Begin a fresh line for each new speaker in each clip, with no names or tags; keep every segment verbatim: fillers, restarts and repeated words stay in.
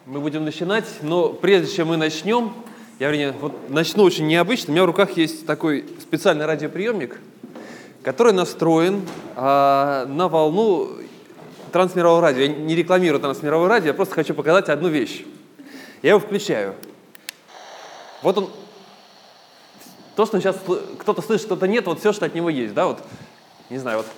Мы будем начинать, но прежде чем мы начнем, я вернее, вот начну очень необычно. У меня в руках есть такой специальный радиоприемник, который настроен а, на волну трансмирового радио. Я не рекламирую трансмировое радио, я просто хочу показать одну вещь. Я его включаю. Вот он. То, что сейчас кто-то слышит, кто-то нет, вот все, что от него есть, да, вот, не знаю, вот.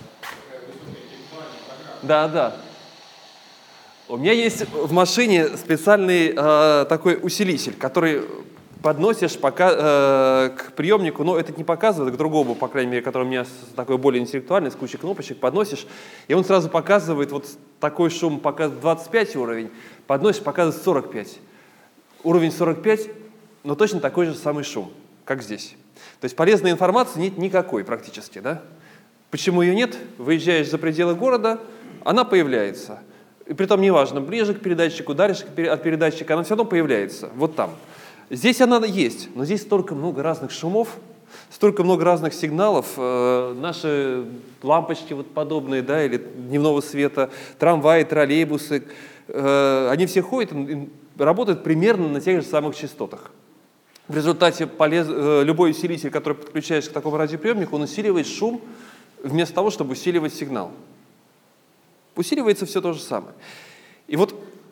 Да, да. У меня есть в машине специальный э, такой усилитель, который подносишь пока, э, к приемнику, но это не показывает, к другому, по крайней мере, который у меня такой более интеллектуальный, с кучей кнопочек, подносишь, и он сразу показывает, вот такой шум показывает двадцать пять уровень, подносишь, показывает сорок пять. Уровень сорок пять, но точно такой же самый шум, как здесь. То есть полезной информации нет никакой практически, да? Почему ее нет? Выезжаешь за пределы города, она появляется. И притом неважно, ближе к передатчику, дальше от передатчика, она все равно появляется, вот там. Здесь она есть, но здесь столько много разных шумов, столько много разных сигналов. Э, наши лампочки вот подобные, да, или дневного света, трамваи, троллейбусы, э, они все ходят, работают примерно на тех же самых частотах. В результате полез, э, любой усилитель, который подключаешь к такому радиоприемнику, он усиливает шум вместо того, чтобы усиливать сигнал. Усиливается все то же самое. И вот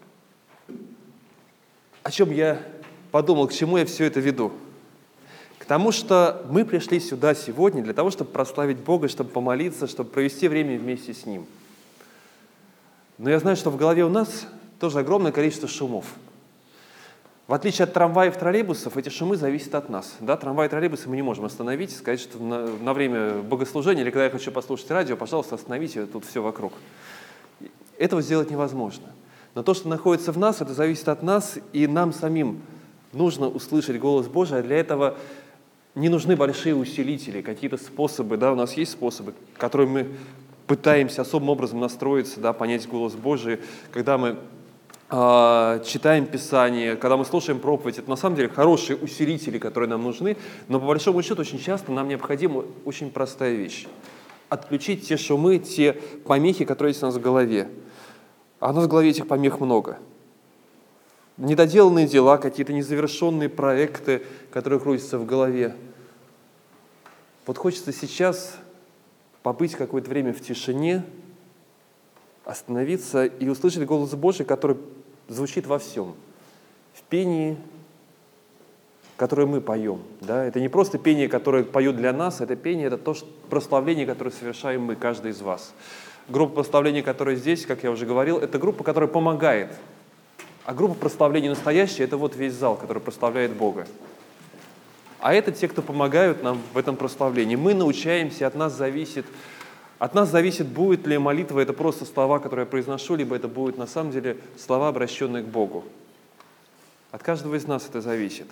о чем я подумал, к чему я все это веду. К тому, что мы пришли сюда сегодня для того, чтобы прославить Бога, чтобы помолиться, чтобы провести время вместе с Ним. Но я знаю, что в голове у нас тоже огромное количество шумов. В отличие от трамваев и троллейбусов, эти шумы зависят от нас. Да, трамваи и троллейбусы мы не можем остановить, сказать, что на, на время богослужения или когда я хочу послушать радио, пожалуйста, остановите тут все вокруг. Этого сделать невозможно. Но то, что находится в нас, это зависит от нас, и нам самим нужно услышать голос Божий, а для этого не нужны большие усилители, какие-то способы, да, у нас есть способы, которыми мы пытаемся особым образом настроиться, да, понять голос Божий, когда мы э, читаем Писание, когда мы слушаем проповедь, это на самом деле хорошие усилители, которые нам нужны, но по большому счету очень часто нам необходима очень простая вещь. Отключить те шумы, те помехи, которые есть у нас в голове. А у нас в голове этих помех много. Недоделанные дела, какие-то незавершенные проекты, которые крутятся в голове. Вот хочется сейчас побыть какое-то время в тишине, остановиться и услышать голос Божий, который звучит во всем. В пении, которое мы поем. Да? Это не просто пение, которое поют для нас, это пение, это то что, прославление, которое совершаем мы, каждый из вас. Группа прославления, которая здесь, как я уже говорил, это группа, которая помогает. А группа прославления настоящая, это вот весь зал, который прославляет Бога. А это те, кто помогают нам в этом прославлении. Мы научаемся, от нас зависит, от нас зависит, будет ли молитва, это просто слова, которые я произношу, либо это будут на самом деле слова, обращенные к Богу. От каждого из нас это зависит.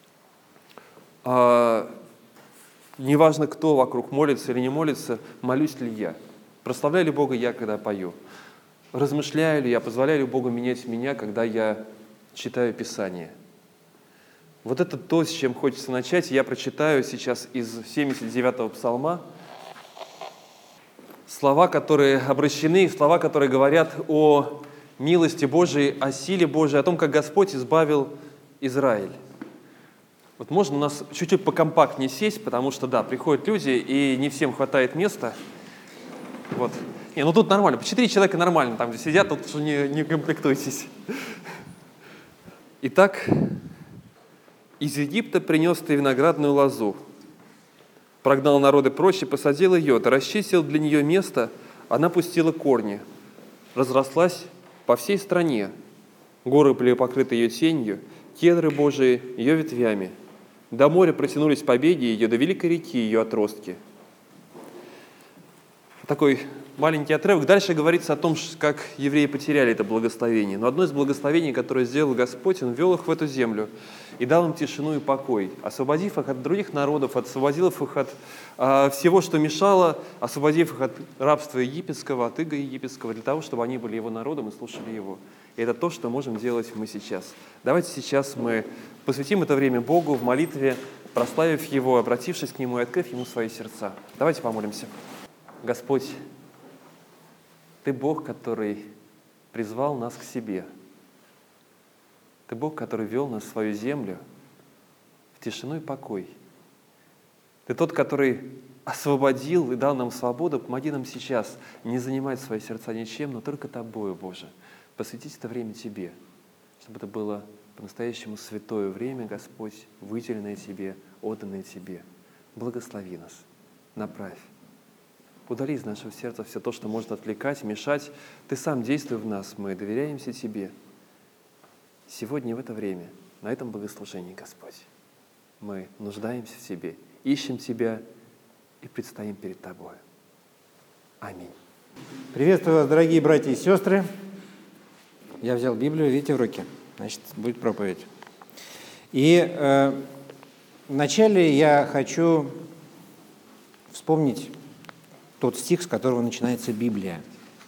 А, неважно, кто вокруг молится или не молится, молюсь ли я. Прославляю ли Бога я, когда пою? Размышляю ли я, позволяю ли Богу менять меня, когда я читаю Писание? Вот это то, с чем хочется начать. Я прочитаю сейчас из семьдесят девятого псалма слова, которые обращены, слова, которые говорят о милости Божией, о силе Божией, о том, как Господь избавил Израиль. Вот можно у нас чуть-чуть покомпактнее сесть, потому что, да, приходят люди, и не всем хватает места. Вот. Не, ну тут нормально. По четыре человека нормально там, где сидят, тут уже не, не комплектуйтесь. Итак, из Египта принес ты виноградную лозу, прогнал народы прочь и посадил ее, ты расчистил для нее место, она пустила корни, разрослась по всей стране, горы были покрыты ее тенью, кедры Божии ее ветвями, до моря протянулись побеги ее, до великой реки ее отростки. Такой маленький отрывок. Дальше говорится о том, как евреи потеряли это благословение. Но одно из благословений, которое сделал Господь, Он ввел их в эту землю и дал им тишину и покой, освободив их от других народов, освободив их от э, всего, что мешало, освободив их от рабства египетского, от ига египетского, для того, чтобы они были Его народом и слушали Его. И это то, что можем делать мы сейчас. Давайте сейчас мы посвятим это время Богу в молитве, прославив Его, обратившись к Нему и открыв Ему свои сердца. Давайте помолимся. Господь, Ты Бог, который призвал нас к себе. Ты Бог, который вел нас в свою землю в тишину и покой. Ты тот, который освободил и дал нам свободу. Помоги нам сейчас не занимать свои сердца ничем, но только Тобою, Боже. Посвятить это время Тебе, чтобы это было по-настоящему святое время, Господь, выделенное Тебе, отданное Тебе. Благослови нас, направь. Удали из нашего сердца все то, что может отвлекать, мешать. Ты сам действуй в нас, мы доверяемся Тебе. Сегодня в это время, на этом богослужении, Господь, мы нуждаемся в Тебе, ищем Тебя и предстоим перед Тобой. Аминь.
Приветствую вас, дорогие братья и сестры. Я взял Библию, видите, в руки. Значит, будет проповедь. И э, вначале я хочу вспомнить тот стих, с которого начинается Библия.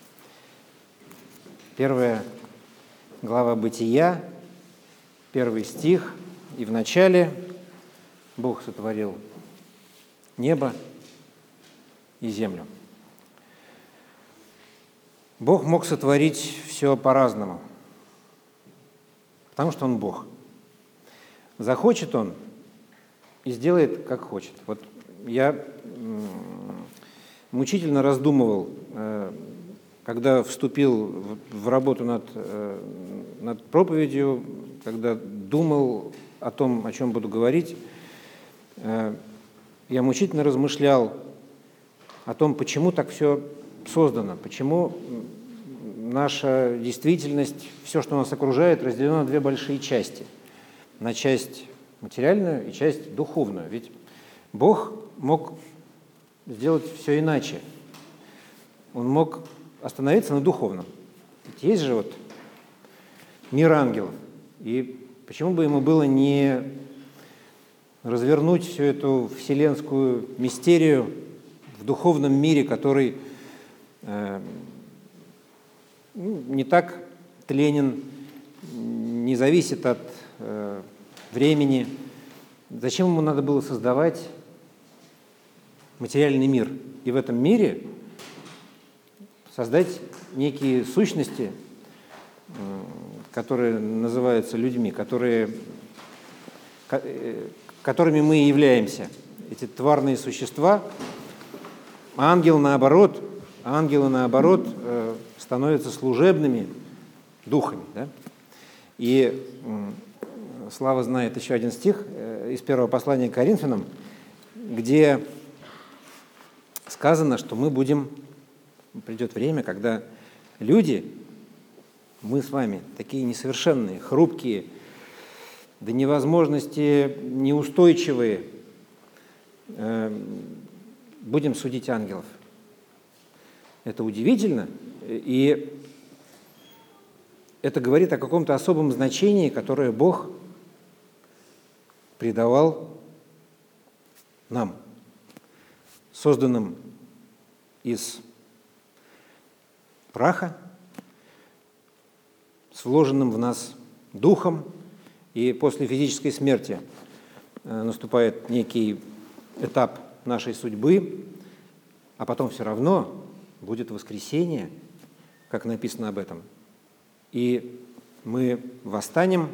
Первая глава Бытия, первый стих. И вначале Бог сотворил небо и землю. Бог мог сотворить все по-разному, потому что Он Бог. Захочет Он и сделает, как хочет. Вот я мучительно раздумывал, когда вступил в работу над, над проповедью, когда думал о том, о чем буду говорить, я мучительно размышлял о том, почему так все создано, почему наша действительность, все, что нас окружает, разделено на две большие части. На часть материальную и часть духовную. Ведь Бог мог сделать все иначе. Он мог остановиться на духовном. Ведь есть же вот мир ангелов. И почему бы ему было не развернуть всю эту вселенскую мистерию в духовном мире, который э, не так тленен, не зависит от э, времени. Зачем ему надо было создавать материальный мир? И в этом мире создать некие сущности, э, которые называются людьми, которые, э, которыми мы и являемся. Эти тварные существа. Ангел, наоборот, ангелы, наоборот, э, становятся служебными духами. Да? И э, Слава знает еще один стих э, из первого послания к Коринфянам, где сказано, что мы будем, придет время, когда люди, мы с вами, такие несовершенные, хрупкие, до невозможности неустойчивые, э, будем судить ангелов. Это удивительно, и это говорит о каком-то особом значении, которое Бог придавал нам, созданным из праха, с вложенным в нас духом, и после физической смерти наступает некий этап нашей судьбы, а потом все равно будет воскресение, как написано об этом. И мы восстанем,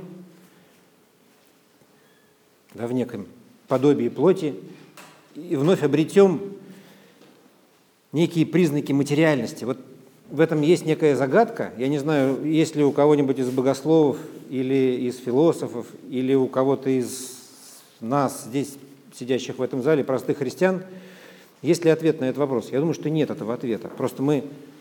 да, в неком подобии плоти и вновь обретем некие признаки материальности. Вот в этом есть некая загадка. Я не знаю, есть ли у кого-нибудь из богословов или из философов, или у кого-то из нас, здесь сидящих в этом зале, простых христиан, есть ли ответ на этот вопрос? Я думаю, что нет этого ответа. Просто мы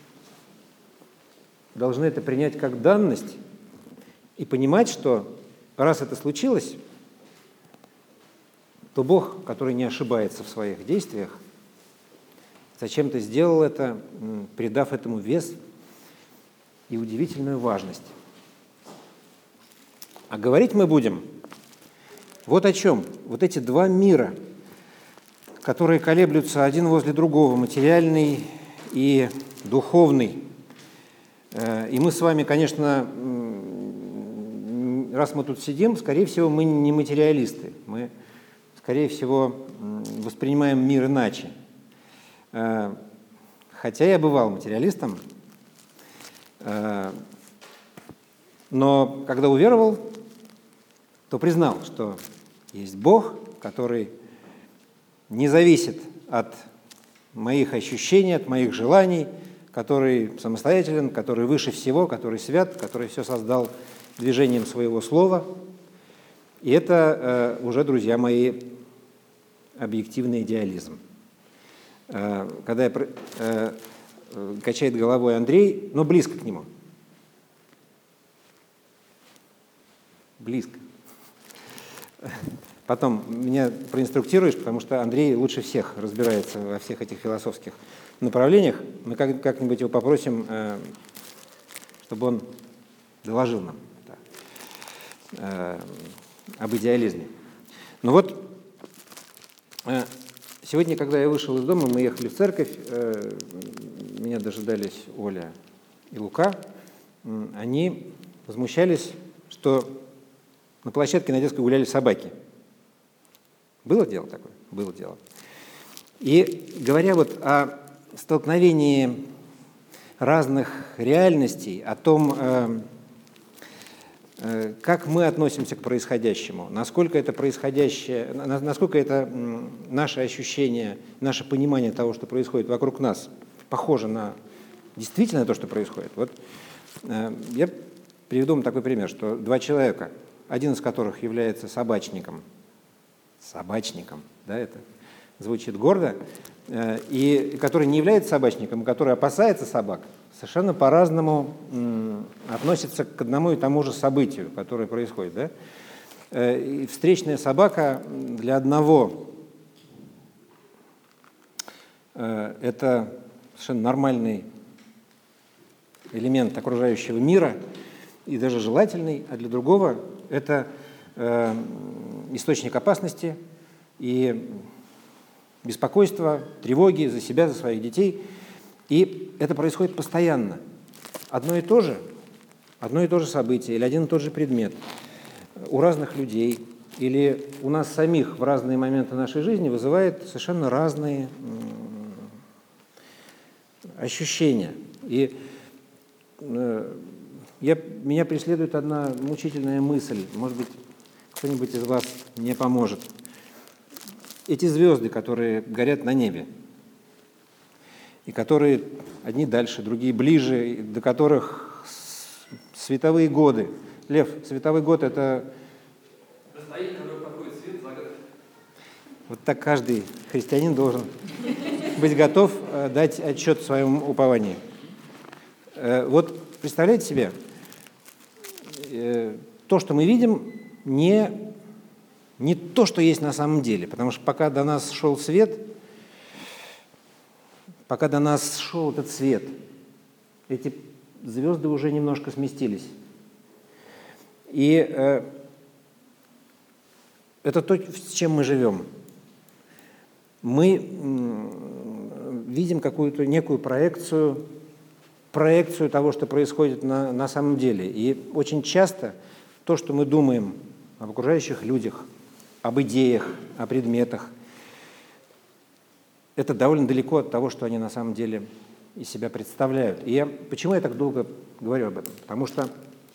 должны это принять как данность и понимать, что раз это случилось, то Бог, который не ошибается в своих действиях, зачем-то сделал это, придав этому вес и удивительную важность. А говорить мы будем вот о чем. Вот эти два мира, которые колеблются один возле другого, материальный и духовный. И мы с вами, конечно, раз мы тут сидим, скорее всего, мы не материалисты. Мы, скорее всего, воспринимаем мир иначе. Хотя я бывал материалистом, но когда уверовал, кто признал, что есть Бог, который не зависит от моих ощущений, от моих желаний, который самостоятелен, который выше всего, который свят, который все создал движением своего слова. И это э, уже, друзья мои, объективный идеализм. Э, когда я, э, э, качает головой Андрей, но близко к нему. Близко. Потом меня проинструктируешь, потому что Андрей лучше всех разбирается во всех этих философских направлениях. Мы как- как-нибудь его попросим, э, чтобы он доложил нам да, э, об идеализме. Ну вот, э, сегодня, когда я вышел из дома, мы ехали в церковь, э, меня дожидались Оля и Лука. Э, они возмущались, что на площадке на детской гуляли собаки. Было дело такое? Было дело. И говоря вот о столкновении разных реальностей, о том, э, э, как мы относимся к происходящему, насколько это происходящее, на, насколько это м, наше ощущение, наше понимание того, что происходит вокруг нас, похоже на действительно то, что происходит. Вот э, я приведу вам такой пример, что два человека, один из которых является собачником, собачником, да, это звучит гордо, э, и который не является собачником, который опасается собак, совершенно по-разному м, относится к одному и тому же событию, которое происходит. Да? Э, и встречная собака для одного э, это совершенно нормальный элемент окружающего мира и даже желательный, а для другого это э, источник опасности и беспокойства, тревоги за себя, за своих детей. И это происходит постоянно. Одно и то же, одно и то же событие или один и тот же предмет у разных людей или у нас самих в разные моменты нашей жизни вызывает совершенно разные ощущения. И э, я, меня преследует одна мучительная мысль, может быть, кто-нибудь из вас мне поможет. Эти звезды, которые горят на небе, и которые одни дальше, другие ближе, до которых световые годы. Лев, световой год – это…
Расстояние, которое проходит свет за год.
Вот так каждый христианин должен быть готов дать отчет в своем уповании. Вот представляете себе, то, что мы видим, не, не то, что есть на самом деле, потому что пока до нас шел свет, пока до нас шел этот свет, эти звезды уже немножко сместились. И э, это то, с чем мы живем. Мы м, видим какую-то некую проекцию, проекцию того, что происходит на, на самом деле. И очень часто то, что мы думаем об окружающих людях, об идеях, о предметах, это довольно далеко от того, что они на самом деле из себя представляют. И я, почему я так долго говорю об этом? Потому что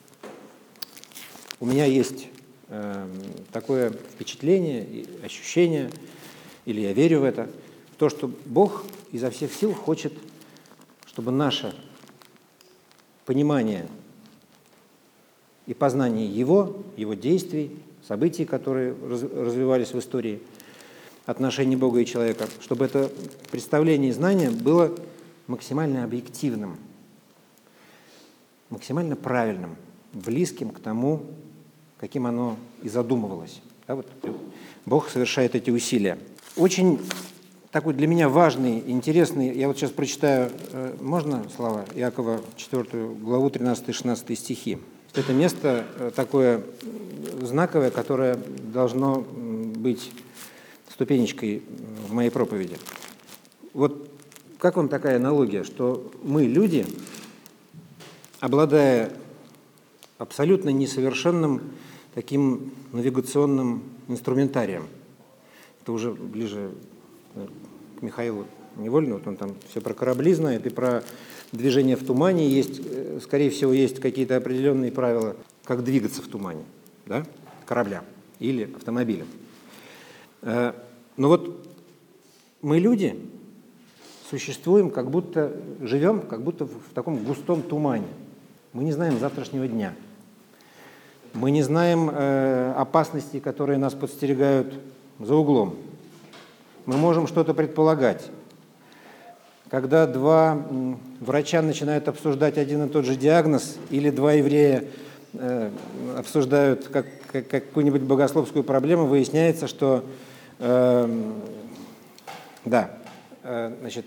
у меня есть э, такое впечатление и ощущение, или я верю в это, в то, что Бог изо всех сил хочет, чтобы наше понимание и познание Его, Его действий, событий, которые раз, развивались в истории, отношений Бога и человека, чтобы это представление и знание было максимально объективным, максимально правильным, близким к тому, каким оно и задумывалось. Да, вот Бог совершает эти усилия. Очень такой для меня важный, интересный, я вот сейчас прочитаю, можно слова Иакова, четвёртую главу, тринадцатый-шестнадцатый стихи. Это место такое знаковое, которое должно быть ступенечкой в моей проповеди. Вот как вам такая аналогия, что мы, люди, обладая абсолютно несовершенным таким навигационным инструментарием, это уже ближе к Михаилу Невольному, вот он там все про корабли знает, и про движение в тумане есть, скорее всего, есть какие-то определенные правила, как двигаться в тумане, да? кораблям или к автомобилям. Но вот мы, люди, существуем, как будто живем, как будто в таком густом тумане. Мы не знаем завтрашнего дня. Мы не знаем э, опасностей, которые нас подстерегают за углом. Мы можем что-то предполагать. Когда два м, врача начинают обсуждать один и тот же диагноз, или два еврея э, обсуждают как, как, какую-нибудь богословскую проблему, выясняется, что э, да, э, значит,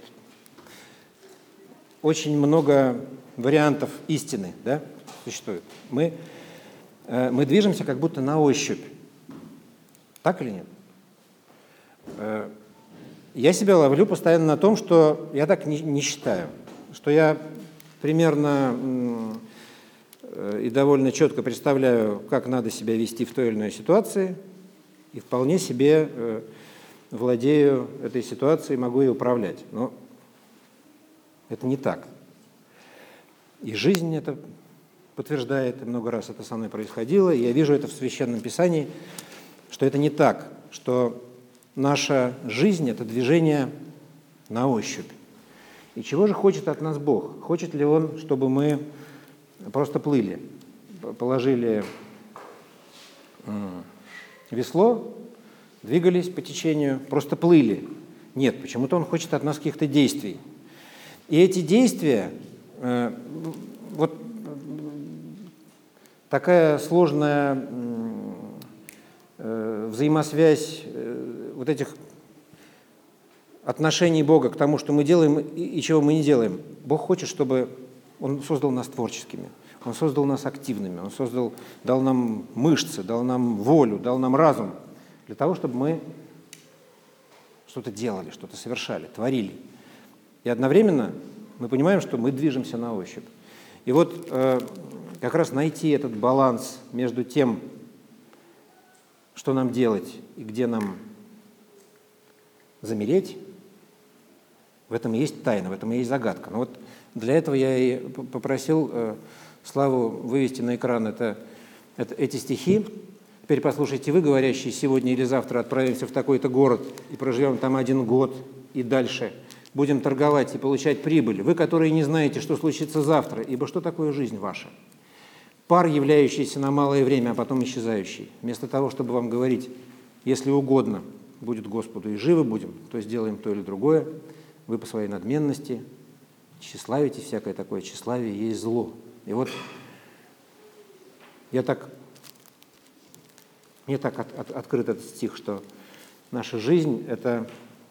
очень много вариантов истины, да, существует. Мы, э, мы движемся как будто на ощупь. Так или нет? Э, я себя ловлю постоянно на том, что я так не, не считаю, что я примерно э, и довольно четко представляю, как надо себя вести в той или иной ситуации, и вполне себе э, владею этой ситуацией, могу ее управлять. Но это не так. И жизнь это подтверждает, и много раз это со мной происходило, и я вижу это в Священном Писании, что это не так, что наша жизнь – это движение на ощупь. И чего же хочет от нас Бог? Хочет ли Он, чтобы мы просто плыли, положили весло, двигались по течению, просто плыли? Нет, почему-то Он хочет от нас каких-то действий. И эти действия, э, вот такая сложная э, взаимосвязь э, вот этих отношений Бога к тому, что мы делаем и, и чего мы не делаем. Бог хочет, чтобы Он создал нас творческими, Он создал нас активными, Он создал, дал нам мышцы, дал нам волю, дал нам разум для того, чтобы мы что-то делали, что-то совершали, творили. И одновременно мы понимаем, что мы движемся на ощупь. И вот э, как раз найти этот баланс между тем, что нам делать и где нам замереть, в этом и есть тайна, в этом и есть загадка. Но вот для этого я и попросил э, Славу вывести на экран это, это, эти стихи. Теперь послушайте вы, говорящие: сегодня или завтра отправимся в такой-то город и проживем там один год и дальше будем торговать и получать прибыль. Вы, которые не знаете, что случится завтра, ибо что такое жизнь ваша? Пар, являющийся на малое время, а потом исчезающий. Вместо того, чтобы вам говорить: если угодно будет Господу и живы будем, то сделаем то или другое, вы по своей надменности тщеславите, всякое такое тщеславие есть зло. И вот я так, мне так от, от, открыт этот стих, что наша жизнь – это…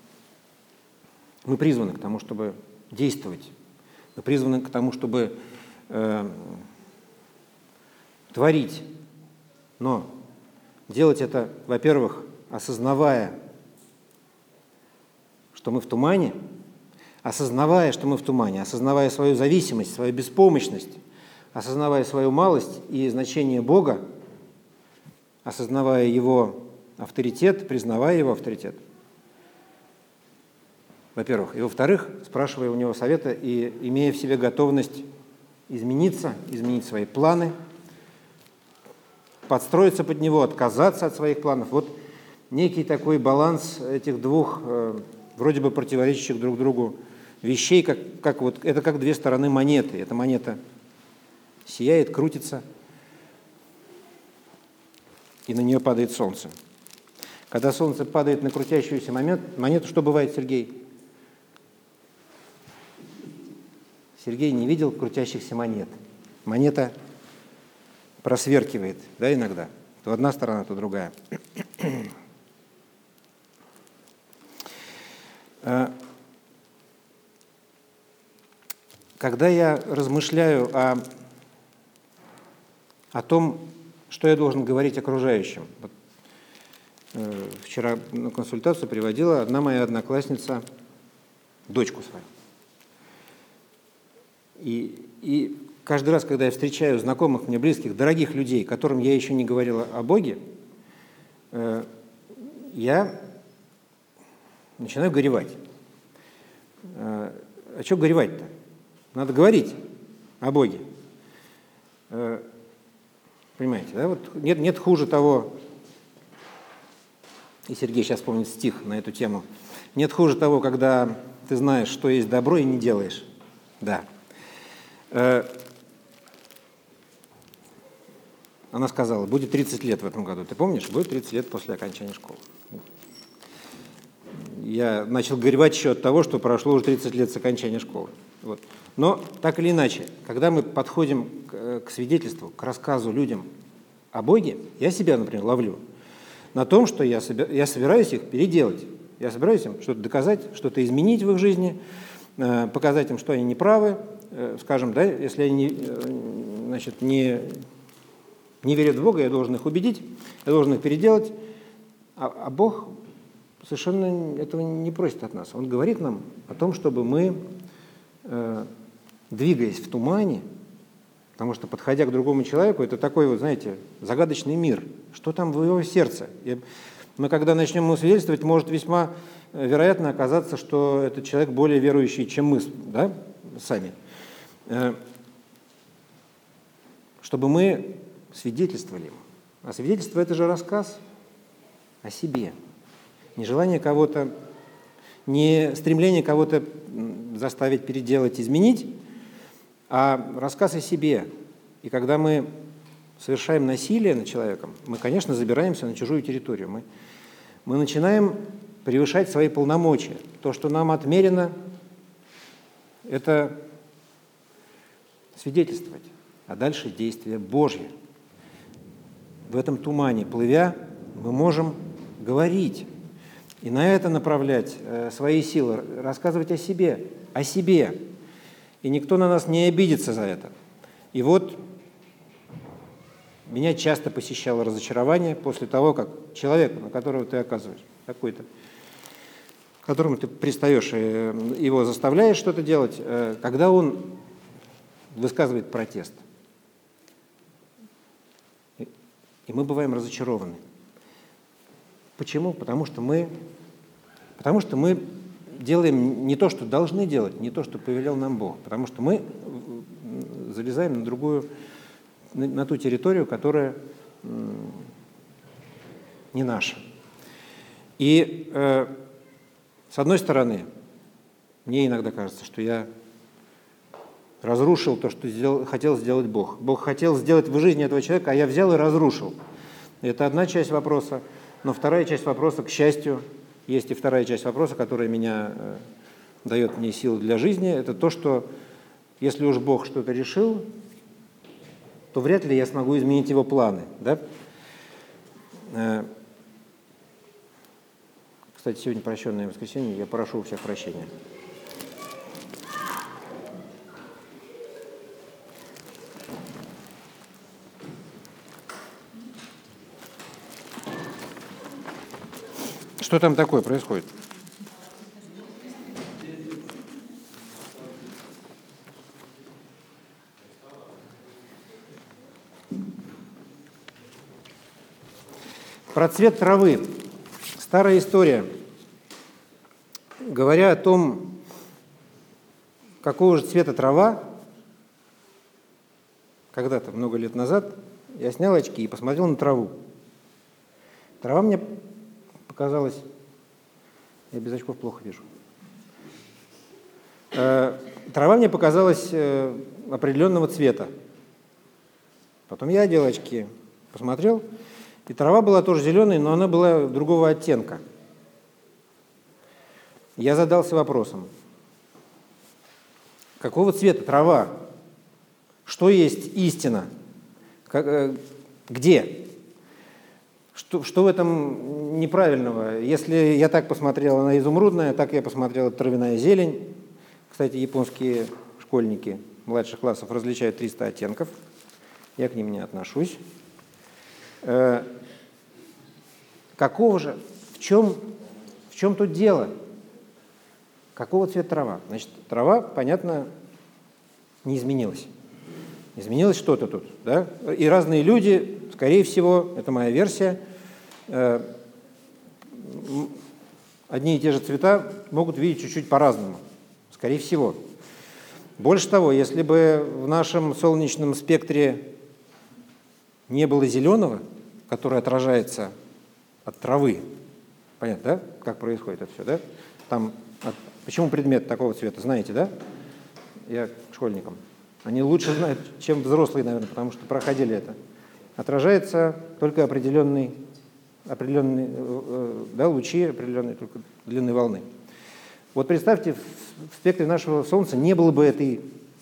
Мы призваны к тому, чтобы действовать. Мы призваны к тому, чтобы э, творить. Но делать это, во-первых, осознавая, что мы в тумане, осознавая, что мы в тумане, осознавая свою зависимость, свою беспомощность, осознавая свою малость и значение Бога, осознавая Его авторитет, признавая Его авторитет, во-первых. И во-вторых, спрашивая у Него совета и имея в себе готовность измениться, изменить свои планы, подстроиться под Него, отказаться от своих планов. Вот некий такой баланс этих двух э, вроде бы противоречащих друг другу вещей, как, как вот, это как две стороны монеты. Эта монета сияет, крутится, и на нее падает солнце. Когда солнце падает на крутящуюся монету, что бывает, Сергей? Сергей не видел крутящихся монет. Монета просверкивает, да, иногда. То одна сторона, то другая. Когда я размышляю о, о том, что я должен говорить окружающим, вот, э, вчера на консультацию приводила одна моя одноклассница дочку свою. И, и каждый раз, когда я встречаю знакомых мне, близких, дорогих людей, которым я еще не говорила о Боге, э, я начинаю горевать. Э, а что горевать-то? Надо говорить о Боге. Э, Понимаете, да? Вот нет, нет хуже того, и Сергей сейчас вспомнит стих на эту тему, нет хуже того, когда ты знаешь, что есть добро, и не делаешь. Да. Она сказала, будет тридцать лет в этом году. Ты помнишь? Будет тридцать лет после окончания школы. Я начал горевать еще от того, что прошло уже тридцать лет с окончания школы. Вот. Но так или иначе, когда мы подходим к, к свидетельству, к рассказу людям о Боге, я себя, например, ловлю на том, что я, собер, я собираюсь их переделать. Я собираюсь им что-то доказать, что-то изменить в их жизни, э, показать им, что они неправы. Э, скажем, да, если они э, значит, не, не верят в Бога, я должен их убедить, я должен их переделать. А, а Бог совершенно этого не просит от нас. Он говорит нам о том, чтобы мы, э, двигаясь в тумане, потому что, подходя к другому человеку, это такой, вот, знаете, загадочный мир. Что там в его сердце? И мы, когда начнем ему свидетельствовать, может весьма вероятно оказаться, что этот человек более верующий, чем мы, да, сами. Э, чтобы мы свидетельствовали ему. А свидетельство – это же рассказ о себе. Не желание кого-то, не стремление кого-то заставить переделать, изменить, а рассказ о себе. И когда мы совершаем насилие над человеком, мы, конечно, забираемся на чужую территорию. Мы, мы начинаем превышать свои полномочия. То, что нам отмерено, это свидетельствовать, а дальше действие Божье. В этом тумане, плывя, мы можем говорить и на это направлять э, свои силы, рассказывать о себе, о себе. И никто на нас не обидится за это. И вот меня часто посещало разочарование после того, как человек, на которого ты оказываешь, какой-то, к которому ты пристаешь и его заставляешь что-то делать, э, когда он высказывает протест. И, и мы бываем разочарованы. Почему? Потому что мы, потому что мы делаем не то, что должны делать, не то, что повелел нам Бог, потому что мы залезаем на другую, на, на ту территорию, которая не наша. И э, с одной стороны, мне иногда кажется, что я разрушил то, что сделал, хотел сделать Бог. Бог хотел сделать в жизни этого человека, а я взял и разрушил. Это одна часть вопроса. Но вторая часть вопроса, к счастью, есть и вторая часть вопроса, которая меня э, дает мне силы для жизни, это то, что если уж Бог что-то решил, то вряд ли я смогу изменить его планы. Да? Э, кстати, сегодня прощенное воскресенье, я прошу у всех прощения. Что там такое происходит? Про цвет травы. Старая история. Говоря о том, какого же цвета трава, когда-то, много лет назад, я снял очки и посмотрел на траву. Трава мне показалось, я без очков плохо вижу. Э, трава мне показалась э, определенного цвета. Потом я одел очки, посмотрел, и трава была тоже зеленой, но она была другого оттенка. Я задался вопросом, какого цвета трава? Что есть истина? Как, э, где? Что, что в этом неправильного? Если я так посмотрел на изумрудное, так я посмотрел травяная зелень. Кстати, японские школьники младших классов различают триста оттенков. Я к ним не отношусь. Э, какого же, в чем, в чем тут дело? Какого цвета трава? Значит, трава, понятно, не изменилась. Изменилось что-то тут, да? И разные люди, скорее всего, это моя версия, э, одни и те же цвета могут видеть чуть-чуть по-разному, скорее всего. Больше того, если бы в нашем солнечном спектре не было зеленого, который отражается от травы. Понятно, да, как происходит это все, да? Там, от... Почему предмет такого цвета, знаете, да? Я к школьникам. Они лучше знают, чем взрослые, наверное, потому что проходили это. Отражается только определенный, определенные э, да, лучи, определенной только длины волны. Вот представьте, в спектре нашего Солнца не было бы этой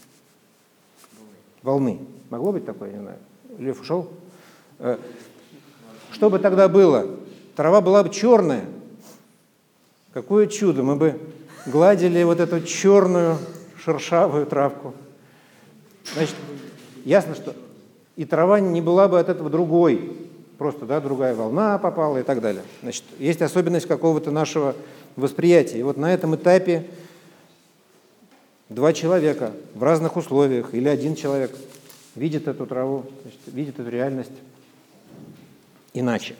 волны. Могло быть такое, не знаю. Лев ушел? Что бы тогда было? Трава была бы черная. Какое чудо! Мы бы гладили вот эту черную шершавую травку. Значит, ясно, что и трава не была бы от этого другой. Просто, да, другая волна попала и так далее. Значит, есть особенность какого-то нашего восприятия. И вот на этом этапе два человека в разных условиях или один человек видит эту траву, значит, видит эту реальность иначе.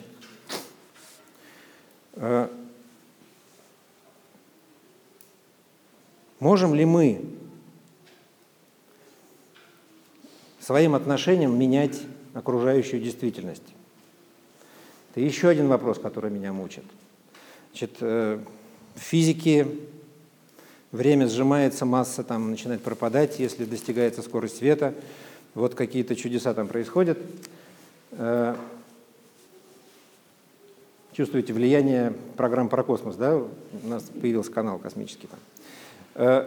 Можем ли мы своим отношением менять окружающую действительность? Это еще один вопрос, который меня мучит. Значит, в физике время сжимается, масса там начинает пропадать, если достигается скорость света. Вот какие-то чудеса там происходят. Чувствуете влияние программ про космос, да? У нас появился канал космический там.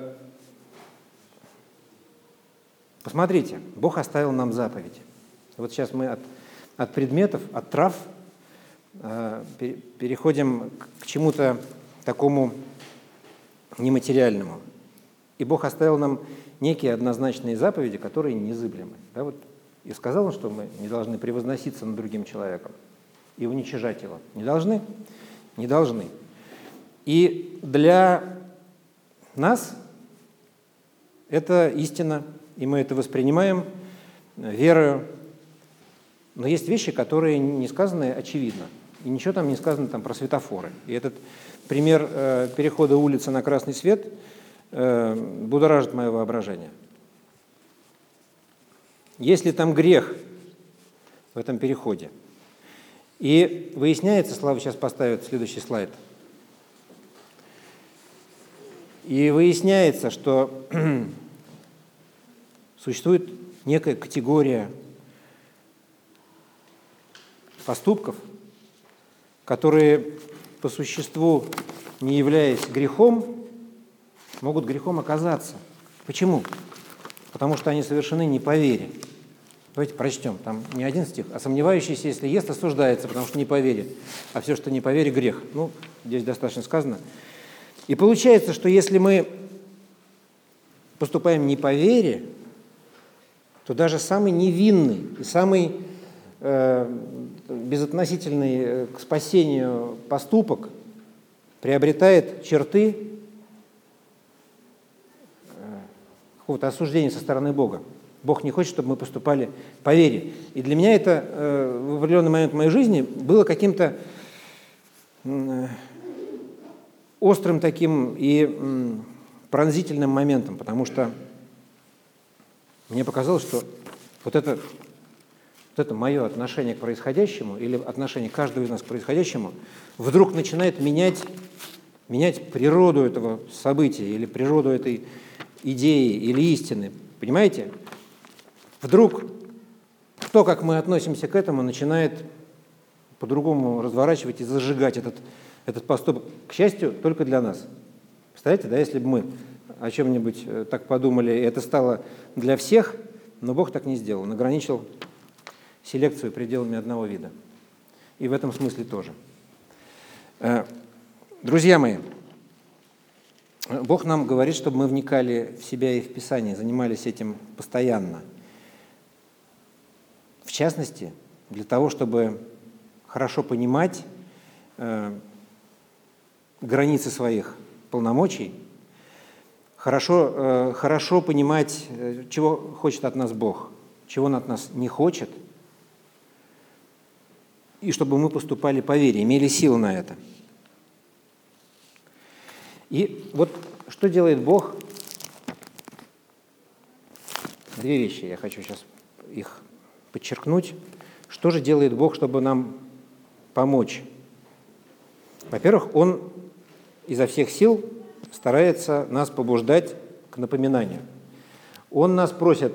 Посмотрите, Бог оставил нам заповедь. Вот сейчас мы от, от предметов, от трав э, переходим к чему-то такому нематериальному. И Бог оставил нам некие однозначные заповеди, которые незыблемы. Да, вот. И сказал он, что мы не должны превозноситься над другим человеком и уничижать его. Не должны? Не должны. И для нас это истина, и мы это воспринимаем верою. Но есть вещи, которые не сказаны очевидно. И ничего там не сказано там, про светофоры. И этот пример э, перехода улицы на красный свет э, будоражит мое воображение. Есть ли там грех в этом переходе? И выясняется, Слава сейчас поставит следующий слайд, и выясняется, что существует некая категория поступков, которые по существу, не являясь грехом, могут грехом оказаться. Почему? Потому что они совершены не по вере. Давайте прочтем, там не один стих. «А сомневающийся, если ест, осуждается, потому что не по вере, а все, что не по вере, грех». Ну, здесь достаточно сказано. И получается, что если мы поступаем не по вере, то даже самый невинный и самый э, безотносительный к спасению поступок приобретает черты э, какого-то осуждения со стороны Бога. Бог не хочет, чтобы мы поступали по вере. И для меня это э, в определенный момент моей жизни было каким-то э, острым таким и э, пронзительным моментом, потому что мне показалось, что вот это, вот это мое отношение к происходящему или отношение каждого из нас к происходящему вдруг начинает менять, менять природу этого события или природу этой идеи или истины. Понимаете? Вдруг то, как мы относимся к этому, начинает по-другому разворачивать и зажигать этот, этот поступок. К счастью, только для нас. Представляете, да, если бы мы о чем-нибудь так подумали, и это стало для всех, но Бог так не сделал. Он ограничил селекцию пределами одного вида. И в этом смысле тоже. Друзья мои, Бог нам говорит, чтобы мы вникали в себя и в Писание, занимались этим постоянно. В частности, для того, чтобы хорошо понимать э, границы своих полномочий, хорошо, э, хорошо понимать, э, чего хочет от нас Бог, чего Он от нас не хочет, и чтобы мы поступали по вере, имели силу на это. И вот что делает Бог? Две вещи, я хочу сейчас их подчеркнуть. Что же делает Бог, чтобы нам помочь? Во-первых, Он изо всех сил старается нас побуждать к напоминанию. Он нас просит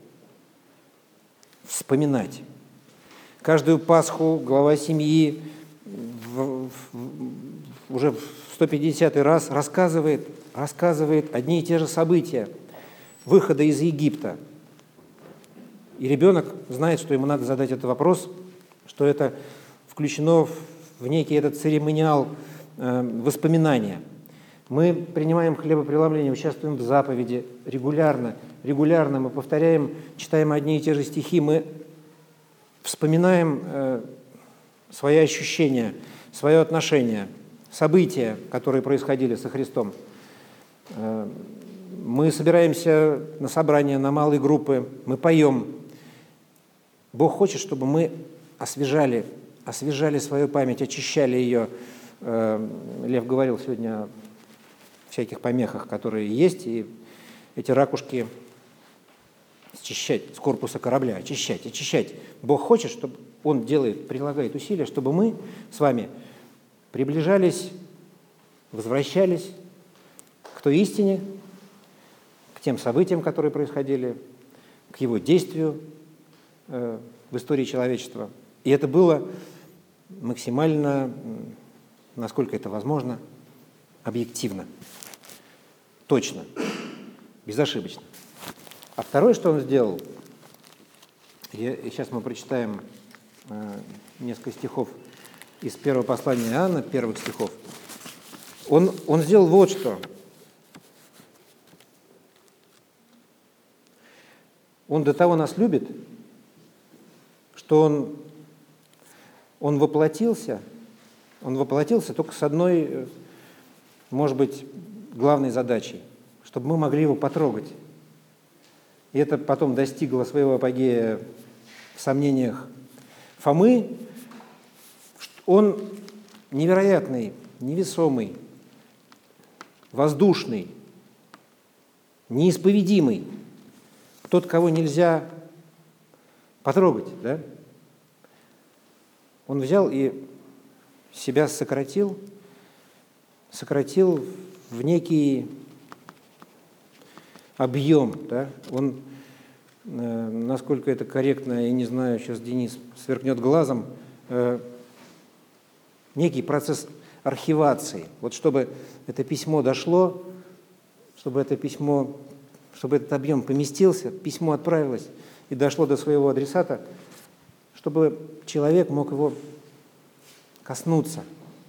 вспоминать. Каждую Пасху глава семьи в, в, уже в сто пятидесятый раз рассказывает, рассказывает одни и те же события выхода из Египта. И ребенок знает, что ему надо задать этот вопрос, что это включено в, в некий этот церемониал э, воспоминания. Мы принимаем хлебопреломление, участвуем в заповеди регулярно. Регулярно мы повторяем, читаем одни и те же стихи, мы вспоминаем э, свои ощущения, свое отношение, события, которые происходили со Христом. Э, мы собираемся на собрания, на малые группы, мы поем. Бог хочет, чтобы мы освежали, освежали свою память, очищали ее. Э, Лев говорил сегодня о всяких помехах, которые есть, и эти ракушки очищать с корпуса корабля, очищать, очищать. Бог хочет, чтобы Он делает, прилагает усилия, чтобы мы с вами приближались, возвращались к той истине, к тем событиям, которые происходили, к Его действию э, в истории человечества. И это было максимально, насколько это возможно, объективно, точно, безошибочно. А второе, что он сделал, я, и сейчас мы прочитаем э, несколько стихов из первого послания Иоанна, первых стихов, он, он сделал вот что. Он до того нас любит, что он, он воплотился, он воплотился только с одной, может быть, главной задачей, чтобы мы могли его потрогать. И это потом достигло своего апогея в сомнениях Фомы. Он невероятный, невесомый, воздушный, неисповедимый, тот, кого нельзя потрогать, да? Он взял и себя сократил, сократил в некий объем, да? Он, э, насколько это корректно, я не знаю, сейчас Денис сверкнет глазом, э, некий процесс архивации. Вот чтобы это письмо дошло, чтобы это письмо, чтобы этот объем поместился, письмо отправилось и дошло до своего адресата, чтобы человек мог его коснуться.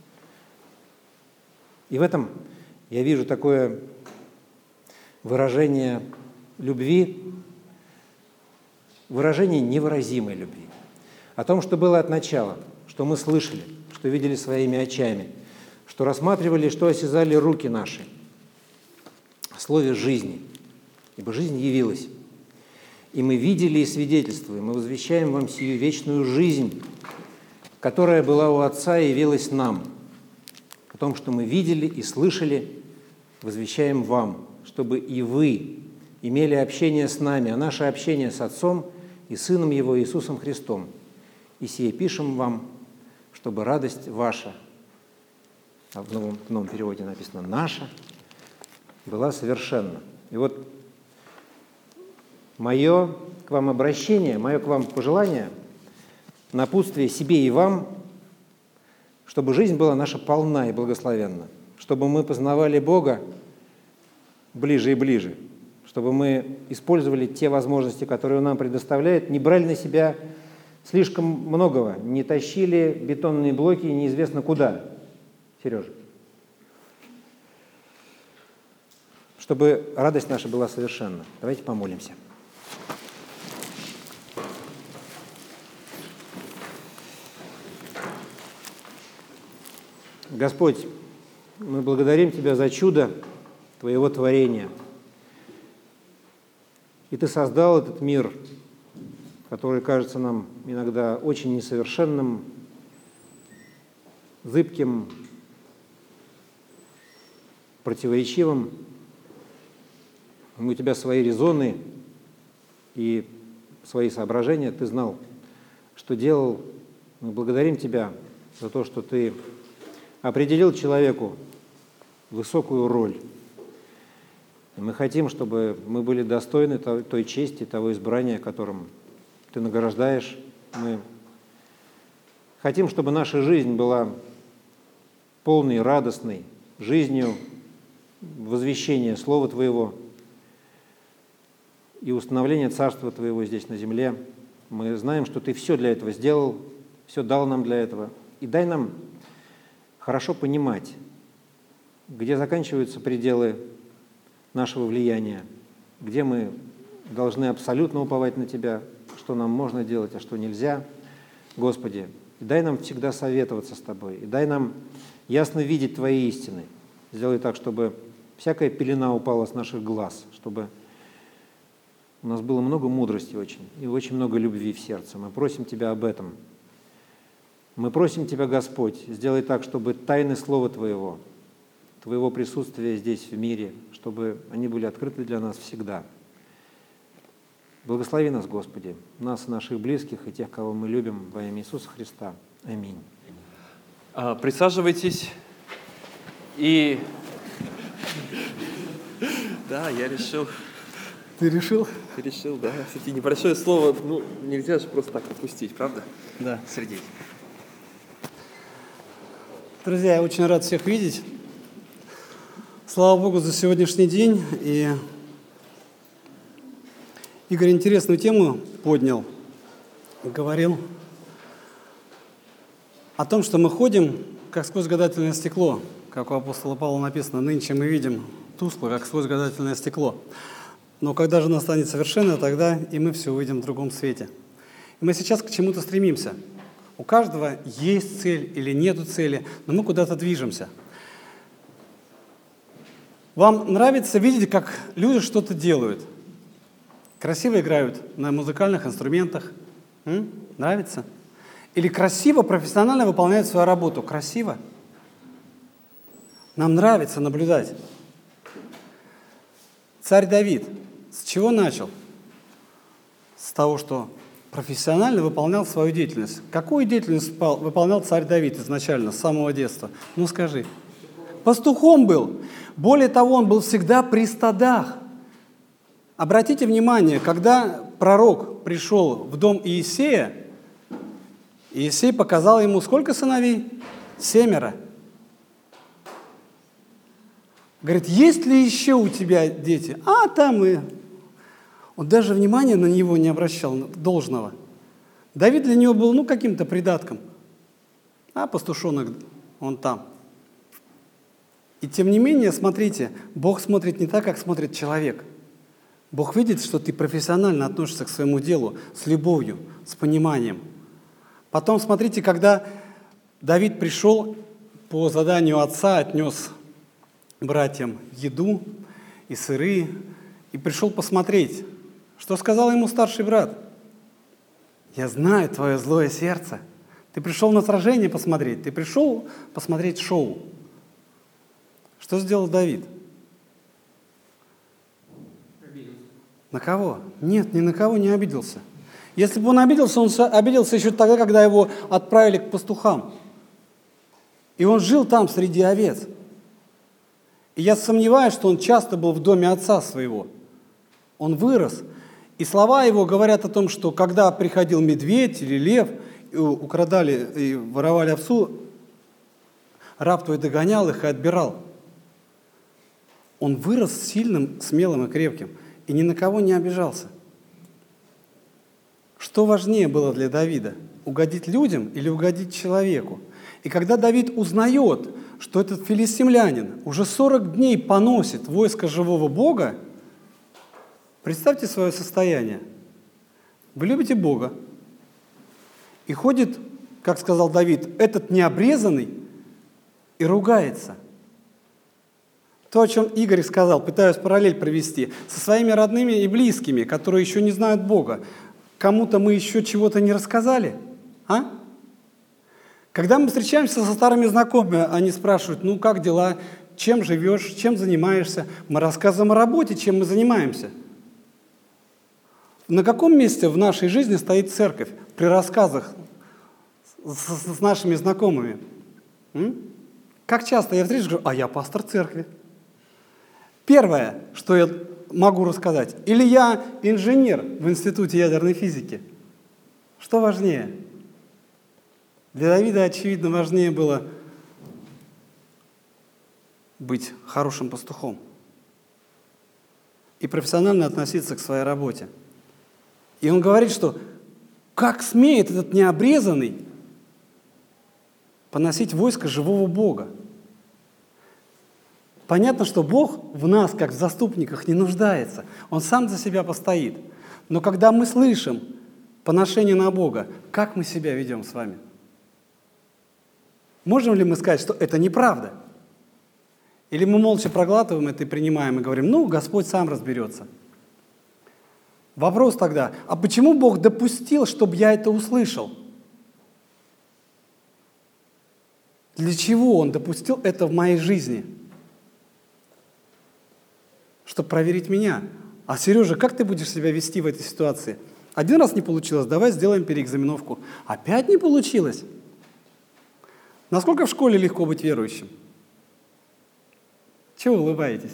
И в этом я вижу такое выражение любви, выражение невыразимой любви. О том, что было от начала, что мы слышали, что видели своими очами, что рассматривали, что осязали руки наши. О слове жизни. Ибо жизнь явилась. И мы видели и свидетельствуем, мы возвещаем вам сию вечную жизнь, которая была у Отца и явилась нам. О том, что мы видели и слышали, возвещаем вам, чтобы и вы имели общение с нами, а наше общение с Отцом и Сыном Его Иисусом Христом. И сие пишем вам, чтобы радость ваша, а в новом, в новом переводе написано «наша», была совершенна. И вот мое к вам обращение, мое к вам пожелание, напутствие себе и вам, чтобы жизнь была наша полна и благословенна, чтобы мы познавали Бога ближе и ближе, чтобы мы использовали те возможности, которые Он нам предоставляет, не брали на себя слишком многого, не тащили бетонные блоки неизвестно куда. Сережа. Чтобы радость наша была совершенна. Давайте помолимся. Господь, мы благодарим Тебя за чудо Твоего творения. И Ты создал этот мир, который кажется нам иногда очень несовершенным, зыбким, противоречивым. У Тебя свои резоны и свои соображения. Ты знал что делал. Мы благодарим Тебя за то, что Ты определил человеку высокую роль. И мы хотим, чтобы мы были достойны той чести, того избрания, которым Ты награждаешь. Мы хотим, чтобы наша жизнь была полной, радостной жизнью возвещения Слова Твоего и установления Царства Твоего здесь на земле. Мы знаем, что Ты все для этого сделал, все дал нам для этого. И дай нам хорошо понимать, где заканчиваются пределы нашего влияния, где мы должны абсолютно уповать на Тебя, что нам можно делать, а что нельзя. Господи, и дай нам всегда советоваться с Тобой, и дай нам ясно видеть Твои истины. Сделай так, чтобы всякая пелена упала с наших глаз, чтобы у нас было много мудрости очень, и очень много любви в сердце. Мы просим Тебя об этом. Мы просим Тебя, Господь, сделай так, чтобы тайны Слова Твоего, Твоего присутствия здесь, в мире, чтобы они были открыты для нас всегда. Благослови нас, Господи, нас и наших близких, и тех, кого мы любим, во имя Иисуса Христа. Аминь.
Присаживайтесь. И да, я решил.
Ты решил?
Ты решил, да. Кстати, небольшое слово, ну, нельзя же просто так пропустить, правда?
Да.
Сергей.
Друзья, я очень рад всех видеть. Слава Богу за сегодняшний день. И Игорь интересную тему поднял. Говорил о том, что мы ходим, как сквозь гадательное стекло. Как у апостола Павла написано, нынче мы видим тускло, как сквозь гадательное стекло. Но когда же настанет совершенно, тогда и мы все увидим в другом свете. И мы сейчас к чему-то стремимся. У каждого есть цель или нету цели, но мы куда-то движемся. Вам нравится видеть, как люди что-то делают? Красиво играют на музыкальных инструментах? М? Нравится? Или красиво, профессионально выполняют свою работу? Красиво? Нам нравится наблюдать. Царь Давид с чего начал? С того, что профессионально выполнял свою деятельность. Какую деятельность выполнял царь Давид изначально, с самого детства? Ну скажи. Пастухом был. Более того, он был всегда при стадах. Обратите внимание, когда пророк пришел в дом Иисея, Иисей показал ему сколько сыновей? Семеро. Говорит, есть ли еще у тебя дети? А, там и... Он даже внимания на него не обращал должного. Давид для него был, ну, каким-то придатком. А пастушонок, он там. И тем не менее, смотрите, Бог смотрит не так, как смотрит человек. Бог видит, что ты профессионально относишься к своему делу, с любовью, с пониманием. Потом, смотрите, когда Давид пришел по заданию отца, отнес братьям еду и сыры, и пришел посмотреть, что сказал ему старший брат. Я знаю твое злое сердце. Ты пришел на сражение посмотреть, ты пришел посмотреть шоу. Что сделал Давид? Обиделся. На кого? Нет, ни на кого не обиделся. Если бы он обиделся, он обиделся еще тогда, когда его отправили к пастухам. И он жил там среди овец. И я сомневаюсь, что он часто был в доме отца своего. Он вырос. И слова его говорят о том, что когда приходил медведь или лев, и украдали и воровали овцу, раб твой догонял их и отбирал. Он вырос сильным, смелым и крепким, и ни на кого не обижался. Что важнее было для Давида? Угодить людям или угодить человеку? И когда Давид узнает, что этот филистимлянин уже сорок дней поносит войско живого Бога, представьте свое состояние. Вы любите Бога, и ходит, как сказал Давид, этот необрезанный и ругается. То, о чем Игорь сказал, пытаюсь параллель провести, со своими родными и близкими, которые еще не знают Бога. Кому-то мы еще чего-то не рассказали, а? Когда мы встречаемся со старыми знакомыми, они спрашивают, ну как дела, чем живешь, чем занимаешься? Мы рассказываем о работе, чем мы занимаемся. На каком месте в нашей жизни стоит церковь при рассказах с, с нашими знакомыми? М? Как часто я встречу, говорю, а я пастор церкви. Первое, что я могу рассказать, или я инженер в Институте ядерной физики. Что важнее? Для Давида, очевидно, важнее было быть хорошим пастухом и профессионально относиться к своей работе. И он говорит, что как смеет этот необрезанный поносить войско живого Бога? Понятно, что Бог в нас, как в заступниках, не нуждается. Он сам за себя постоит. Но когда мы слышим поношение на Бога, как мы себя ведем с вами? Можем ли мы сказать, что это неправда? Или мы молча проглатываем это и принимаем, и говорим, ну, Господь сам разберется. Вопрос тогда, а почему Бог допустил, чтобы я это услышал? Для чего Он допустил это в моей жизни? Чтобы проверить меня. А, Сережа, как ты будешь себя вести в этой ситуации? Один раз не получилось, давай сделаем переэкзаменовку. Опять не получилось? Насколько в школе легко быть верующим? Чего улыбаетесь?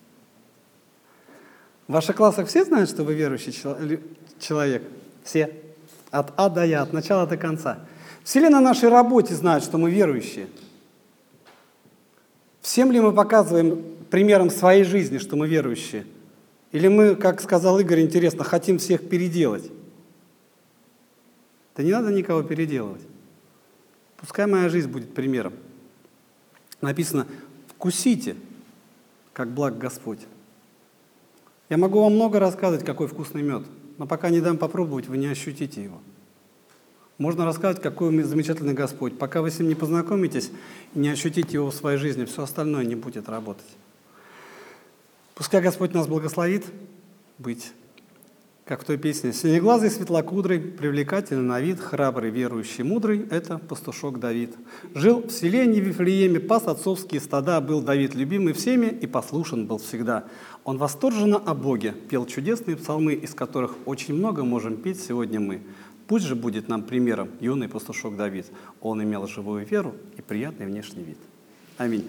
В ваших классах все знают, что вы верующий человек? Все. От А до Я, от начала до конца. Все ли на нашей работе знают, что мы верующие? Всем ли мы показываем примером своей жизни, что мы верующие? Или мы, как сказал Игорь, интересно, хотим всех переделать? Да не надо никого переделывать. Пускай моя жизнь будет примером. Написано, вкусите, как благ Господь. Я могу вам много рассказывать, какой вкусный мед, но пока не дам попробовать, вы не ощутите его. Можно рассказывать, какой замечательный Господь. Пока вы с ним не познакомитесь и не ощутите его в своей жизни, все остальное не будет работать. Пускай Господь нас благословит быть, как в той песне, «Синеглазый, светлокудрый, привлекательный на вид, храбрый, верующий, мудрый» — это пастушок Давид. Жил в селении в Вифлееме, пас отцовские стада, был Давид любимый всеми и послушен был всегда. Он восторженно о Боге пел чудесные псалмы, из которых очень много можем петь сегодня мы. Пусть же будет нам примером юный пастушок Давид. Он имел живую веру и приятный внешний вид. Аминь.